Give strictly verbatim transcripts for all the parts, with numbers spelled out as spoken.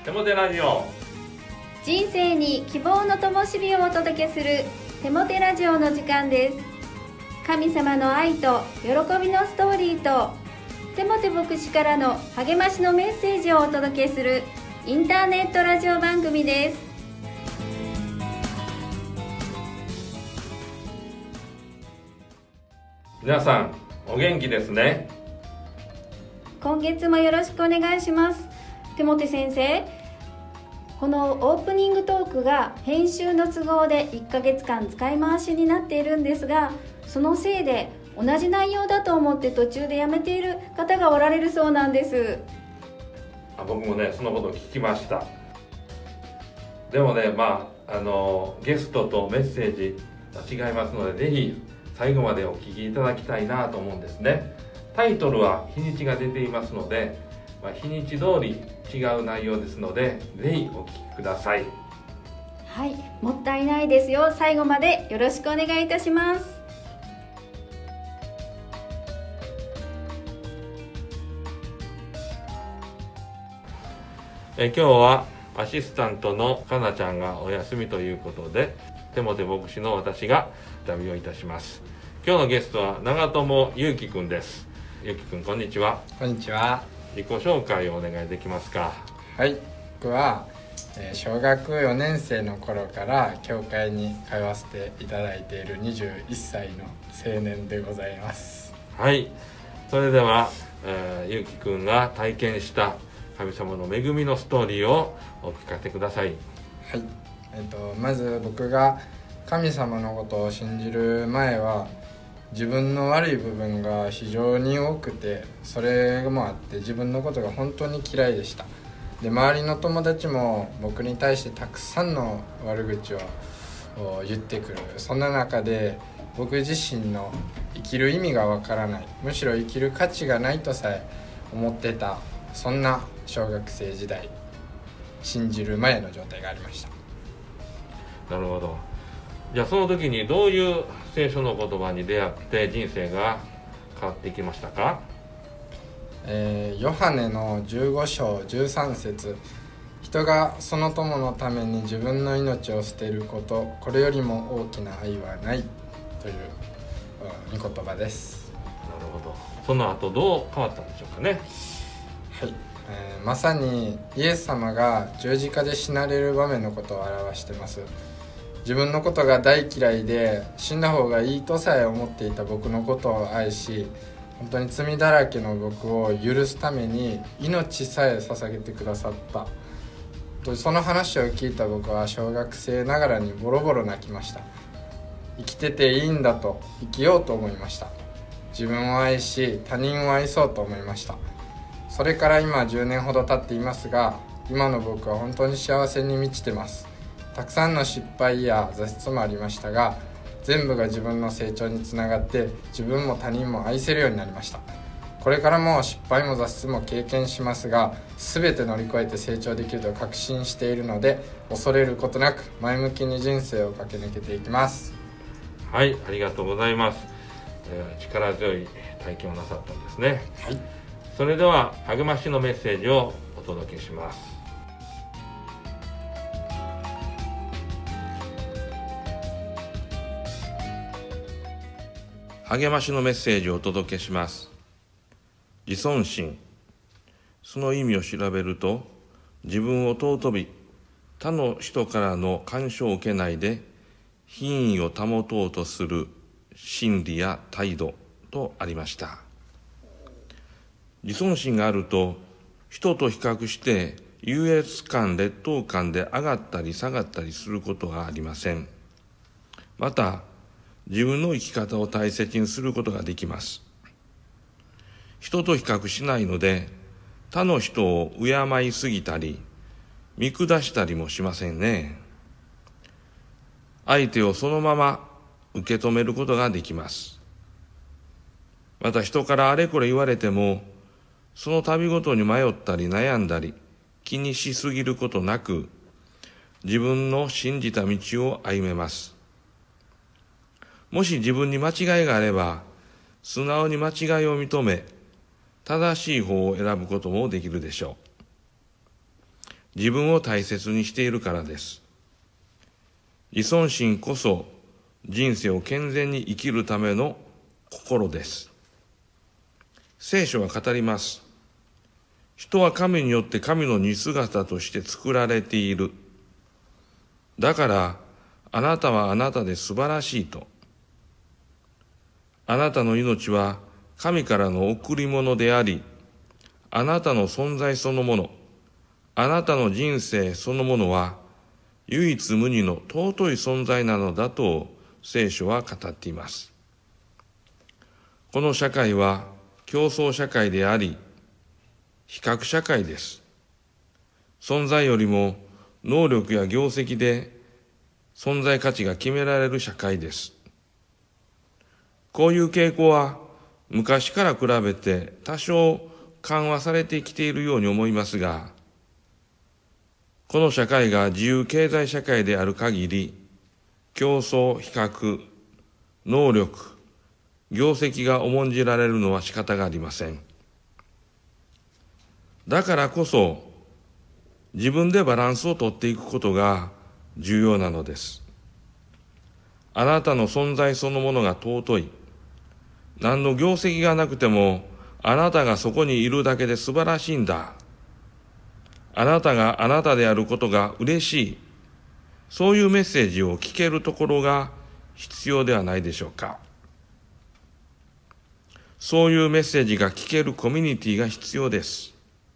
テモテラジオ。 人生に希望の灯火をお届けするテモテラジオの時間です。神様の愛と喜びのストーリーとテモテ牧師からの励ましのメッセージをお届けするインターネットラジオ番組です。 皆さんお元気ですね。 今月もよろしくお願いします。テモテ先生、このオープニングトークが編集の都合でいっかげつかん使い回しになっているんですが、そのせいで同じ内容だと思って途中でやめている方がおられるそうなんです。 あ、僕もねそのことを聞きました。でもね、まああのゲストとメッセージ違いますので、ぜひ最後までお聞きいただきたいなと思うんですね。タイトルは日にちが出ていますので、まあ、日にち通り違う内容ですので、ぜひお聞きください。 はい、もったいないですよ。最後までよろしくお願いいたします。 え今日はアシスタントのかなちゃんがお休みということで、テモテ牧師の私が旅をいたします。今日のゲストは長友祐樹くんです。祐樹くん、こんにちは。 こんにちは。 自己紹介をお願いできますか？ はい、僕は小学よねん生の頃から教会に通わせていただいているにじゅういっさいの青年でございます。 はい、それでは、えー、ゆうきくんが体験した神様の恵みのストーリーをお聞かせください。 はい、えっと、まず僕が神様のことを信じる前は自分の悪い部分が非常に多くて、それもあって自分のことが本当に嫌いでした。で、周りの友達も僕に対してたくさんの悪口を言ってくる。そんな中で僕自身の生きる意味がわからない、むしろ生きる価値がないとさえ思ってた、そんな小学生時代、信じる前の状態がありました。 なるほど。じゃあその時にどういう聖書の言葉に出会って人生が変わっていきましたか？ えー、ヨハネのじゅうご章じゅうさん節、人がその友のために自分の命を捨てること、これよりも大きな愛はないという御言葉です。 なるほど。その後どう変わったんでしょうかね？ はい、えー、まさにイエス様が十字架で死なれる場面のことを表しています。自分のことが大嫌いで死んだ方がいいとさえ思っていた僕のことを愛し、本当に罪だらけの僕を許すために命さえ捧げてくださった。その話を聞いた僕は小学生ながらにボロボロ泣きました。生きてていいんだと、生きようと思いました。自分を愛し他人を愛そうと思いました。それから今じゅうねんほど経っていますが、今の僕は本当に幸せに満ちてます。たくさんの失敗や挫折もありましたが、全部が自分の成長につながって自分も他人も愛せるようになりました。これからも失敗も挫折も経験しますが、全て乗り越えて成長できると確信しているので、恐れることなく前向きに人生を駆け抜けていきます。 はい、ありがとうございます。えー、力強い体験をなさったんですね。 はい、 それでは励ましのメッセージをお届けします。励ましのメッセージをお届けします。自尊心。その意味を調べると、自分を尊び、他の人からの干渉を受けないで品位を保とうとする心理や態度とありました。自尊心があると、人と比較して優越感、劣等感で上がったり下がったりすることがありません。また、自分の生き方を大切にすることができます。人と比較しないので、他の人を敬いすぎたり、見下したりもしませんね。相手をそのまま受け止めることができます。また人からあれこれ言われても、その度ごとに迷ったり悩んだり、気にしすぎることなく、自分の信じた道を歩めます。もし自分に間違いがあれば、素直に間違いを認め、正しい方を選ぶこともできるでしょう。 自分を大切にしているからです。自尊心こそ人生を健全に生きるための心です。聖書は語ります。人は神によって神の似姿として作られている。だからあなたはあなたで素晴らしいと。あなたの命は神からの贈り物であり、あなたの存在そのもの、あなたの人生そのものは唯一無二の尊い存在なのだと聖書は語っています。この社会は競争社会であり、比較社会です。存在よりも能力や業績で存在価値が決められる社会です。こういう傾向は昔から比べて多少緩和されてきているように思いますが、この社会が自由経済社会である限り、競争、比較、能力、業績が重んじられるのは仕方がありません。だからこそ、自分でバランスをとっていくことが重要なのです。あなたの存在そのものが尊い。何の業績がなくても、あなたがそこにいるだけで素晴らしいんだ。あなたがあなたであることが嬉しい。そういうメッセージを聞けるところが必要ではないでしょうか。そういうメッセージが聞けるコミュニティが必要です。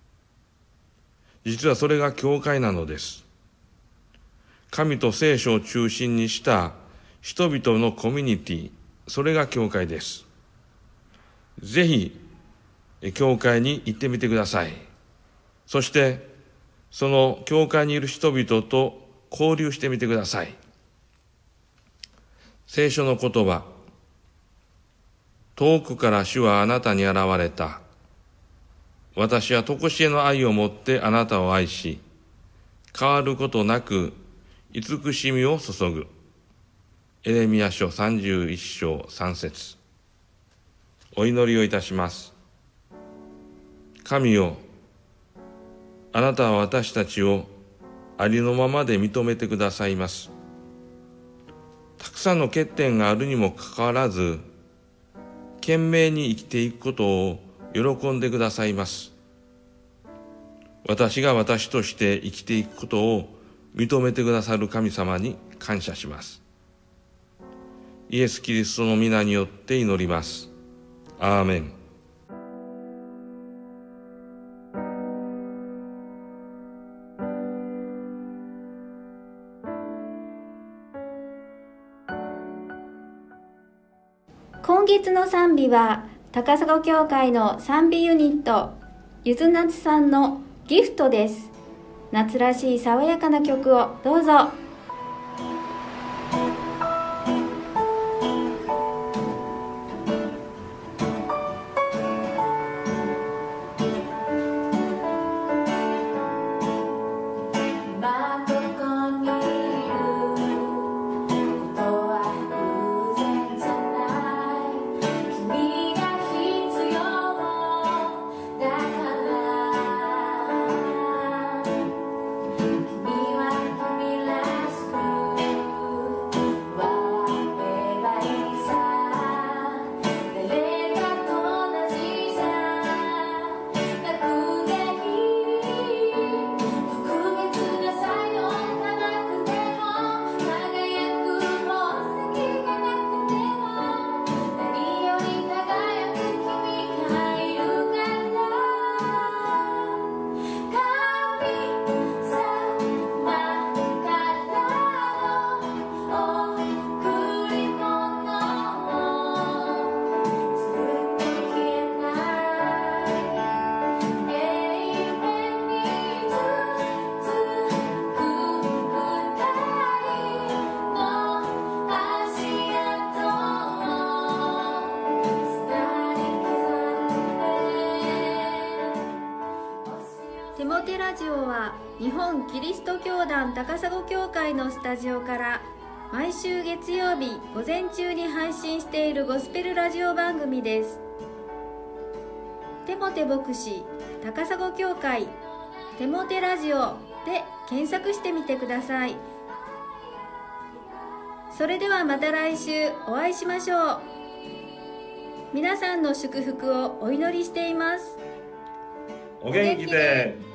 実はそれが教会なのです。神と聖書を中心にした人々のコミュニティ、それが教会です。ぜひ、教会に行ってみてください。そして、その教会にいる人々と交流してみてください。聖書の言葉、遠くから主はあなたに現れた。私は常しえの愛をもってあなたを愛し、変わることなく慈しみを注ぐ。エレミヤ書さんじゅういっ章さん節。お祈りをいたします。神よ、あなたは私たちをありのままで認めてくださいます。たくさんの欠点があるにもかかわらず、懸命に生きていくことを喜んでくださいます。私が私として生きていくことを認めてくださる神様に感謝します。イエス・キリストの皆によって祈ります。アーメン。 今月の賛美は高砂教会の賛美ユニットゆずなつさんのギフトです。夏らしい爽やかな曲をどうぞ。テモテラジオは日本キリスト教団高砂教会のスタジオから毎週月曜日午前中に配信しているゴスペルラジオ番組です。テモテ牧師高砂教会テモテラジオで検索してみてください。それではまた来週お会いしましょう。皆さんの祝福をお祈りしています。 お元気で。